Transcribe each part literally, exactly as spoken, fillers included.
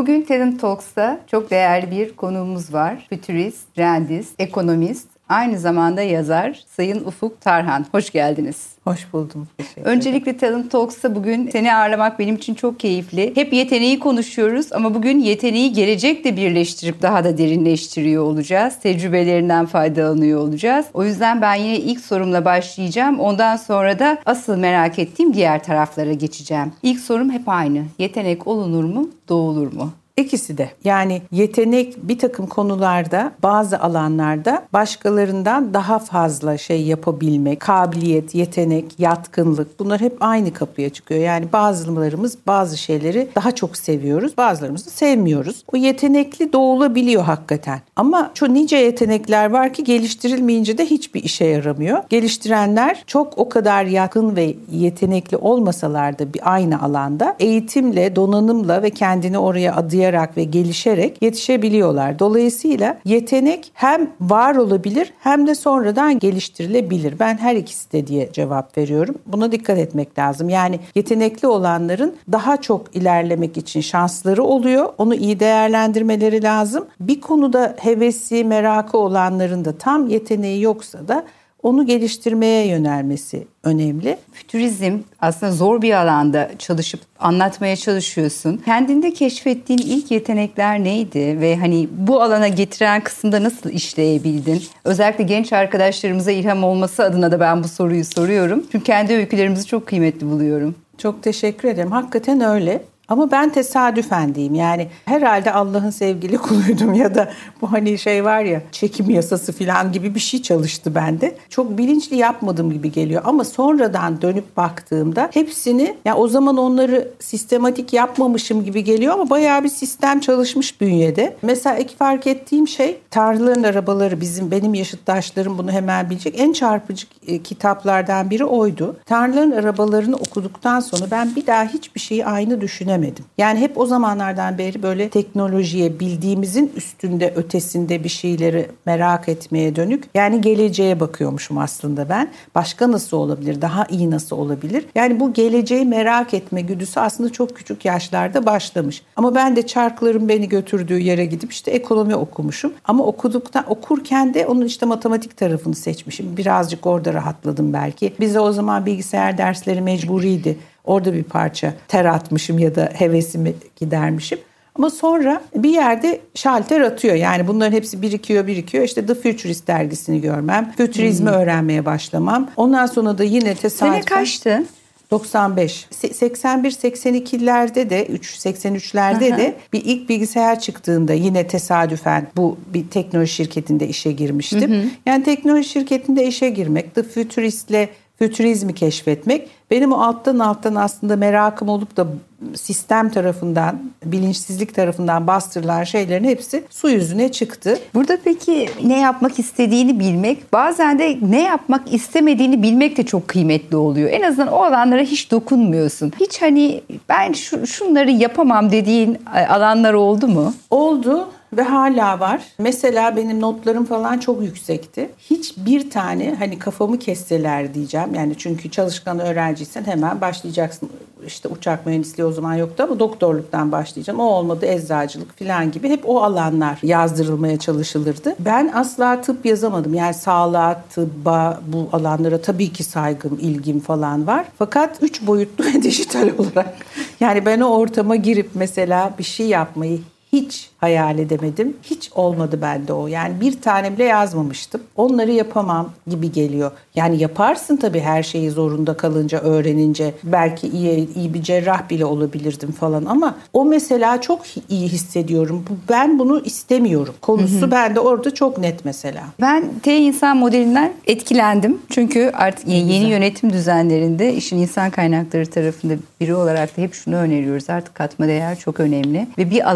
Bugün Talent Talks'ta çok değerli bir konuğumuz var. Fütürist, rentist, ekonomist, aynı zamanda yazar Sayın Ufuk Tarhan. Hoş geldiniz. Hoş buldum. Öncelikle Talent Talks'ta bugün seni ağırlamak benim için çok keyifli. Hep yeteneği konuşuyoruz ama bugün yeteneği gelecekle birleştirip daha da derinleştiriyor olacağız. Tecrübelerinden faydalanıyor olacağız. O yüzden ben yine ilk sorumla başlayacağım. Ondan sonra da asıl merak ettiğim diğer taraflara geçeceğim. İlk sorum hep aynı. Yetenek olunur mu, doğulur mu? İkisi de. Yani yetenek bir takım konularda, bazı alanlarda başkalarından daha fazla şey yapabilmek, kabiliyet, yetenek, yatkınlık, bunlar hep aynı kapıya çıkıyor. Yani bazılarımız bazı şeyleri daha çok seviyoruz, bazılarımız da sevmiyoruz. O yetenekli doğulabiliyor hakikaten. Ama çok nice yetenekler var ki geliştirilmeyince de hiçbir işe yaramıyor. Geliştirenler çok o kadar yakın ve yetenekli olmasalar da bir aynı alanda eğitimle, donanımla ve kendini oraya adayarak ve gelişerek yetişebiliyorlar. Dolayısıyla yetenek hem var olabilir hem de sonradan geliştirilebilir. Ben her ikisi de diye cevap veriyorum. Buna dikkat etmek lazım. Yani yetenekli olanların daha çok ilerlemek için şansları oluyor. Onu iyi değerlendirmeleri lazım. Bir konuda hevesi, merakı olanların da tam yeteneği yoksa da onu geliştirmeye yönelmesi önemli. Fütürizm aslında zor bir alanda çalışıp anlatmaya çalışıyorsun. Kendinde keşfettiğin ilk yetenekler neydi ve hani bu alana getiren kısımda nasıl işleyebildin? Özellikle genç arkadaşlarımıza ilham olması adına da ben bu soruyu soruyorum. Çünkü kendi öykülerimizi çok kıymetli buluyorum. Çok teşekkür ederim. Hakikaten öyle. Ama ben tesadüfen diyeyim. Yani herhalde Allah'ın sevgili kuluydum ya da bu hani şey var ya, çekim yasası falan gibi bir şey çalıştı bende. Çok bilinçli yapmadım gibi geliyor ama sonradan dönüp baktığımda hepsini, yani o zaman onları sistematik yapmamışım gibi geliyor ama bayağı bir sistem çalışmış bünyede. Mesela ilk fark ettiğim şey Tanrıların Arabaları, bizim benim yaşıttaşlarım bunu hemen bilecek. En çarpıcı kitaplardan biri oydu. Tanrıların Arabalarını okuduktan sonra ben bir daha hiçbir şeyi aynı düşünemedim. Yani hep o zamanlardan beri böyle teknolojiye, bildiğimizin üstünde, ötesinde bir şeyleri merak etmeye dönük. Yani geleceğe bakıyormuşum aslında ben. Başka nasıl olabilir? Daha iyi nasıl olabilir? Yani bu geleceği merak etme güdüsü aslında çok küçük yaşlarda başlamış. Ama ben de çarkların beni götürdüğü yere gidip işte ekonomi okumuşum. Ama okuduktan, okurken de onun işte matematik tarafını seçmişim. Birazcık orada rahatladım belki. Bize o zaman bilgisayar dersleri mecburiydi. Orada bir parça ter atmışım ya da hevesimi gidermişim. Ama sonra bir yerde şalter atıyor. Yani bunların hepsi birikiyor birikiyor. İşte The Futurist dergisini görmem. Fütürizmi hmm. öğrenmeye başlamam. Ondan sonra da yine tesadüfen... Sene kaçtı? doksan beş. seksen bir seksen ikilerde de seksen üçlerde de bir ilk bilgisayar çıktığında yine tesadüfen bu bir teknoloji şirketinde işe girmiştim. Hı hı. Yani teknoloji şirketinde işe girmek, The Futurist'le fütürizmi keşfetmek benim o alttan alttan aslında merakım olup da sistem tarafından, bilinçsizlik tarafından bastırılan şeylerin hepsi su yüzüne çıktı. Burada peki ne yapmak istediğini bilmek, bazen de ne yapmak istemediğini bilmek de çok kıymetli oluyor. En azından o alanlara hiç dokunmuyorsun. Hiç hani ben şu, şunları yapamam dediğin alanlar oldu mu? Oldu. Ve hala var. Mesela benim notlarım falan çok yüksekti. Hiçbir tane hani kafamı kesseler diyeceğim. Yani çünkü çalışkan öğrenciysen hemen başlayacaksın. İşte uçak mühendisliği o zaman yoktu ama doktorluktan başlayacağım. O olmadı, eczacılık falan gibi. Hep o alanlar yazdırılmaya çalışılırdı. Ben asla tıp yazamadım. Yani sağlığa, tıbba, bu alanlara tabii ki saygım, ilgim falan var. Fakat üç boyutlu ve dijital olarak. Yani ben o ortama girip mesela bir şey yapmayı hiç hayal edemedim. Hiç olmadı bende o. Yani bir tane bile yazmamıştım. Onları yapamam gibi geliyor. Yani yaparsın tabii her şeyi zorunda kalınca, öğrenince. Belki iyi, iyi bir cerrah bile olabilirdim falan ama o mesela çok iyi hissediyorum. Ben bunu istemiyorum. Konusu hı hı. bende orada çok net mesela. Ben T insan modelinden etkilendim. Çünkü artık yeni Güzel. yönetim düzenlerinde işin insan kaynakları tarafında biri olarak da hep şunu öneriyoruz. Artık katma değer çok önemli. Ve bir alanda uzman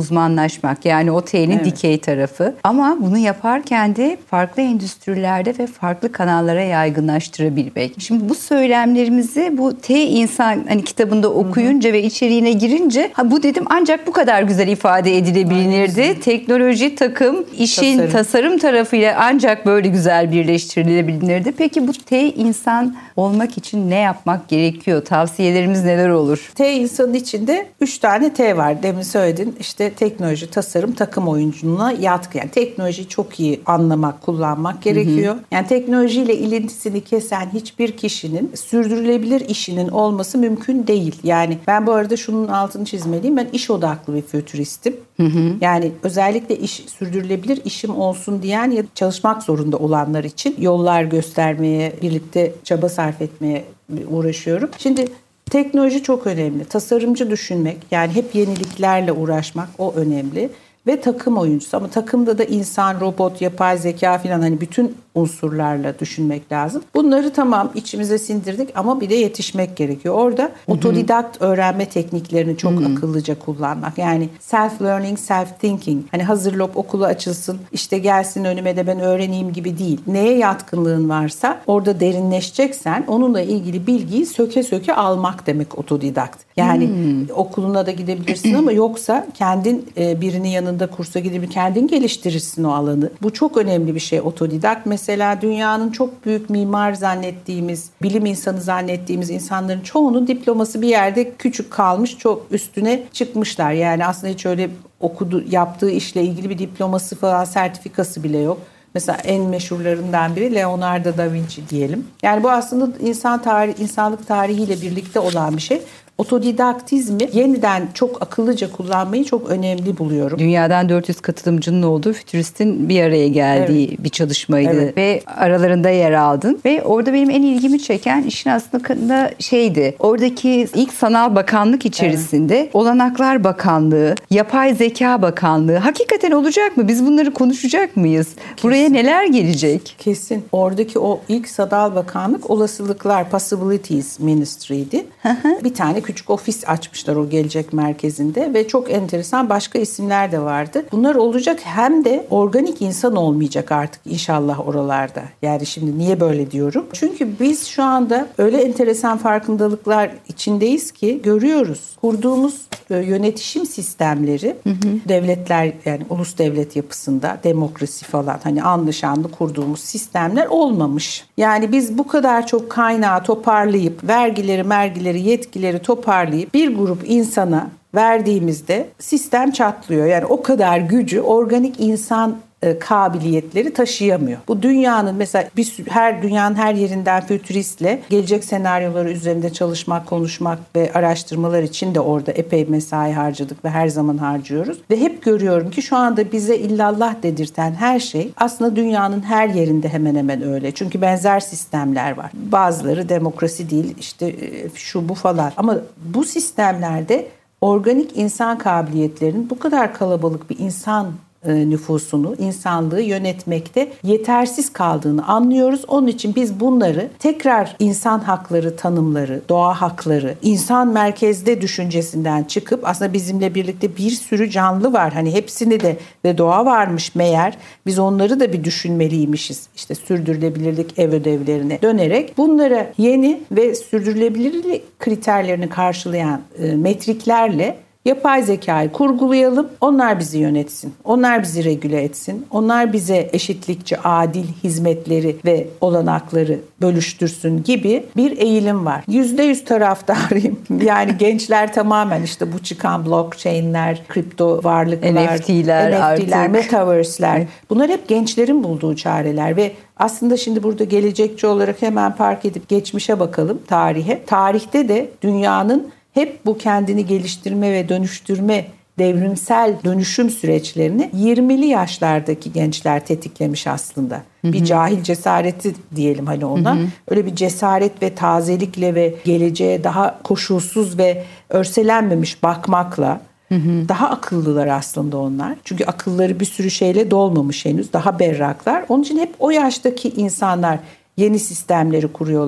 uzmanlaşmak. Yani o T'nin Evet. dikey tarafı. Ama bunu yaparken de farklı endüstrilerde ve farklı kanallara yaygınlaştırabilmek. Şimdi bu söylemlerimizi bu T insan hani kitabında okuyunca hı hı. ve içeriğine girince ha bu dedim ancak bu kadar güzel ifade edilebilirdi. Aynen. Teknoloji, takım, işin tasarım. tasarım tarafıyla ancak böyle güzel birleştirilebilirdi. Peki bu T insan olmak için ne yapmak gerekiyor? Tavsiyelerimiz neler olur? T insanın içinde üç tane T var. Demin söyledin işte teknoloji, tasarım, takım oyunculuğuna yatkın. Yani teknolojiyi çok iyi anlamak, kullanmak gerekiyor. Hı hı. Yani teknolojiyle ilintisini kesen hiçbir kişinin sürdürülebilir işinin olması mümkün değil. Yani ben bu arada şunun altını çizmeliyim. Ben iş odaklı bir fütüristim. Hı hı. Yani özellikle iş sürdürülebilir işim olsun diyen ya çalışmak zorunda olanlar için yollar göstermeye, birlikte çaba sarf etmeye uğraşıyorum. Şimdi teknoloji çok önemli. Tasarımcı düşünmek, yani hep yeniliklerle uğraşmak o önemli. Ve takım oyuncusu, ama takımda da insan, robot, yapay zeka falan hani bütün unsurlarla düşünmek lazım. Bunları tamam içimize sindirdik ama bir de yetişmek gerekiyor. Orada Hı-hı. otodidakt öğrenme tekniklerini çok Hı-hı. akıllıca kullanmak. Yani self-learning, self-thinking. Hani hazırlayıp okulu açılsın, işte gelsin önüme de ben öğreneyim gibi değil. Neye yatkınlığın varsa orada derinleşeceksen onunla ilgili bilgiyi söke söke almak demek otodidakt. Yani Hı-hı. okuluna da gidebilirsin ama yoksa kendin e, birinin yanında kursa gidip kendin geliştirirsin o alanı. Bu çok önemli bir şey otodidakt. Mesela dünyanın çok büyük mimar zannettiğimiz, bilim insanı zannettiğimiz insanların çoğunun diploması bir yerde küçük kalmış, çok üstüne çıkmışlar. Yani aslında hiç öyle okudu, yaptığı işle ilgili bir diploması falan, sertifikası bile yok. Mesela en meşhurlarından biri Leonardo da Vinci diyelim. Yani bu aslında insan tarihi, insanlık tarihiyle birlikte olan bir şey. Otodidaktizmi yeniden çok akıllıca kullanmayı çok önemli buluyorum. Dünyadan dört yüz katılımcının olduğu fütüristin bir araya geldiği evet. bir çalışmaydı evet. ve aralarında yer aldın. Ve orada benim en ilgimi çeken işin aslında şeydi. Oradaki ilk Sanal Bakanlık içerisinde evet. Olanaklar Bakanlığı, Yapay Zeka Bakanlığı hakikaten olacak mı? Biz bunları konuşacak mıyız? Kesin. Buraya neler gelecek? Kesin. Oradaki o ilk Sanal Bakanlık Olasılıklar, Possibilities Ministry'di. Bir tane küçük ofis açmışlar o gelecek merkezinde ve çok enteresan başka isimler de vardı. Bunlar olacak, hem de organik insan olmayacak artık inşallah oralarda. Yani şimdi niye böyle diyorum? Çünkü biz şu anda öyle enteresan farkındalıklar içindeyiz ki görüyoruz. Kurduğumuz yönetişim sistemleri hı hı. devletler, yani ulus devlet yapısında demokrasi falan hani anlı şanlı kurduğumuz sistemler olmamış. Yani biz bu kadar çok kaynağı toparlayıp vergileri, mergileri, yetkileri toparlayıp bir grup insana verdiğimizde sistem çatlıyor. Yani o kadar gücü organik insan e, kabiliyetleri taşıyamıyor. Bu dünyanın mesela bir her dünyanın her yerinden fütüristle gelecek senaryoları üzerinde çalışmak, konuşmak ve araştırmalar için de orada epey mesai harcadık ve her zaman harcıyoruz. Ve hep görüyorum ki şu anda bize illallah dedirten her şey aslında dünyanın her yerinde hemen hemen öyle. Çünkü benzer sistemler var. Bazıları demokrasi değil, işte şu bu falan. Ama bu sistemlerde organik insan kabiliyetlerinin bu kadar kalabalık bir insan nüfusunu, insanlığı yönetmekte yetersiz kaldığını anlıyoruz. Onun için biz bunları tekrar insan hakları tanımları, doğa hakları, insan merkezde düşüncesinden çıkıp aslında bizimle birlikte bir sürü canlı var. Hani hepsini de ve doğa varmış meğer. Biz onları da bir düşünmeliymişiz. İşte sürdürülebilirlik ev ödevlerine dönerek bunlara yeni ve sürdürülebilirlik kriterlerini karşılayan metriklerle yapay zekayı kurgulayalım, onlar bizi yönetsin, onlar bizi regüle etsin, onlar bize eşitlikçi, adil hizmetleri ve olanakları bölüştürsün gibi bir eğilim var. Yüzde yüz taraftarıyım. Yani gençler tamamen işte bu çıkan blockchain'ler, kripto varlıklar, N F T'ler, N F T'ler, artık. metaverse'ler. Bunlar hep gençlerin bulduğu çareler ve aslında şimdi burada gelecekçi olarak hemen park edip geçmişe bakalım, tarihe. Tarihte de dünyanın hep bu kendini geliştirme ve dönüştürme, devrimsel dönüşüm süreçlerini yirmili yaşlardaki gençler tetiklemiş aslında. Hı hı. Bir cahil cesareti diyelim hani ona. Hı hı. Öyle bir cesaret ve tazelikle ve geleceğe daha koşulsuz ve örselenmemiş bakmakla hı hı. daha akıllılar aslında onlar. Çünkü akılları bir sürü şeyle dolmamış henüz. Daha berraklar. Onun için hep o yaştaki insanlar yeni sistemleri kuruyorlar.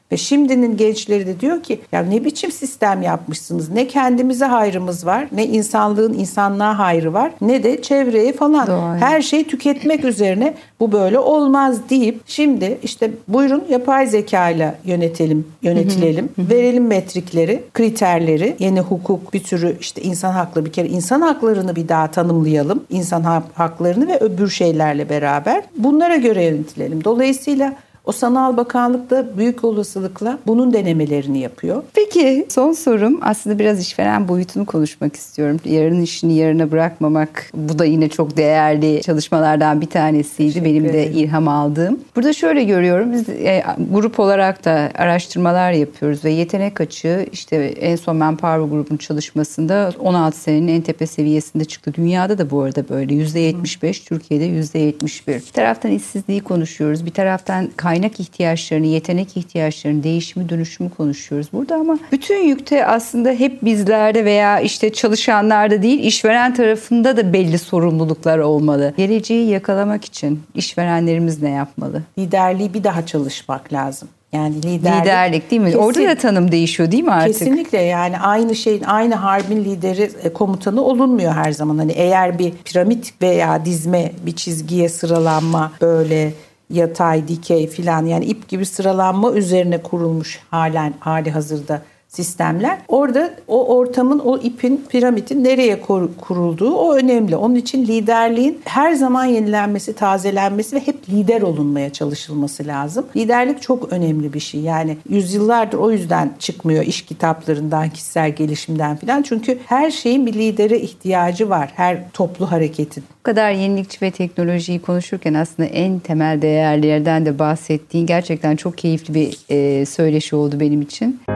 Ve şimdinin gençleri de diyor ki ya ne biçim sistem yapmışsınız? Ne kendimize hayrımız var, ne insanlığın insanlığa hayrı var, ne de çevreye falan. Doğru. Her şey tüketmek üzerine, bu böyle olmaz deyip şimdi işte buyurun yapay zeka ile yönetelim, yönetilelim. Hı hı. Verelim metrikleri, kriterleri, yeni hukuk, bir sürü işte insan hakları, bir kere insan haklarını bir daha tanımlayalım. İnsan haklarını ve öbür şeylerle beraber bunlara göre yönetilelim. Dolayısıyla o sanal bakanlık da büyük olasılıkla bunun denemelerini yapıyor. Peki son sorum aslında biraz işveren boyutunu konuşmak istiyorum. Yarın işini yarına bırakmamak, bu da yine çok değerli çalışmalardan bir tanesiydi. Teşekkür Benim ederim. de ilham aldığım. Burada şöyle görüyorum, biz e, grup olarak da araştırmalar yapıyoruz ve yetenek açığı işte en son Manpower grubun çalışmasında on altı senenin en tepe seviyesinde çıktı. Dünyada da bu arada böyle yüzde yetmiş beş, Türkiye'de yüzde yetmiş bir. Bir taraftan işsizliği konuşuyoruz, bir taraftan kaynak kaynak ihtiyaçlarını, yetenek ihtiyaçlarını, değişimi, dönüşümü konuşuyoruz burada ama bütün yükte aslında hep bizlerde veya işte çalışanlarda değil, işveren tarafında da belli sorumluluklar olmalı. Geleceği yakalamak için işverenlerimiz ne yapmalı? Liderliği bir daha çalışmak lazım. Yani liderlik, liderlik değil mi? Kesin, Orada da tanım değişiyor değil mi artık? Kesinlikle, yani aynı şeyin, aynı harbin lideri, komutanı olunmuyor her zaman. Hani eğer bir piramit veya dizme, bir çizgiye sıralanma, böyle yatay, dikey filan, yani ip gibi sıralanma üzerine kurulmuş halen hali hazırda sistemler. Orada o ortamın, o ipin, piramidin nereye kurulduğu o önemli. Onun için liderliğin her zaman yenilenmesi, tazelenmesi ve hep lider olunmaya çalışılması lazım. Liderlik çok önemli bir şey. Yani yüzyıllardır o yüzden çıkmıyor iş kitaplarından, kişisel gelişimden filan. Çünkü her şeyin bir lidere ihtiyacı var. Her toplu hareketin. Bu kadar yenilikçi ve teknolojiyi konuşurken aslında en temel değerlerden de bahsettiğin gerçekten çok keyifli bir e, söyleşi oldu benim için.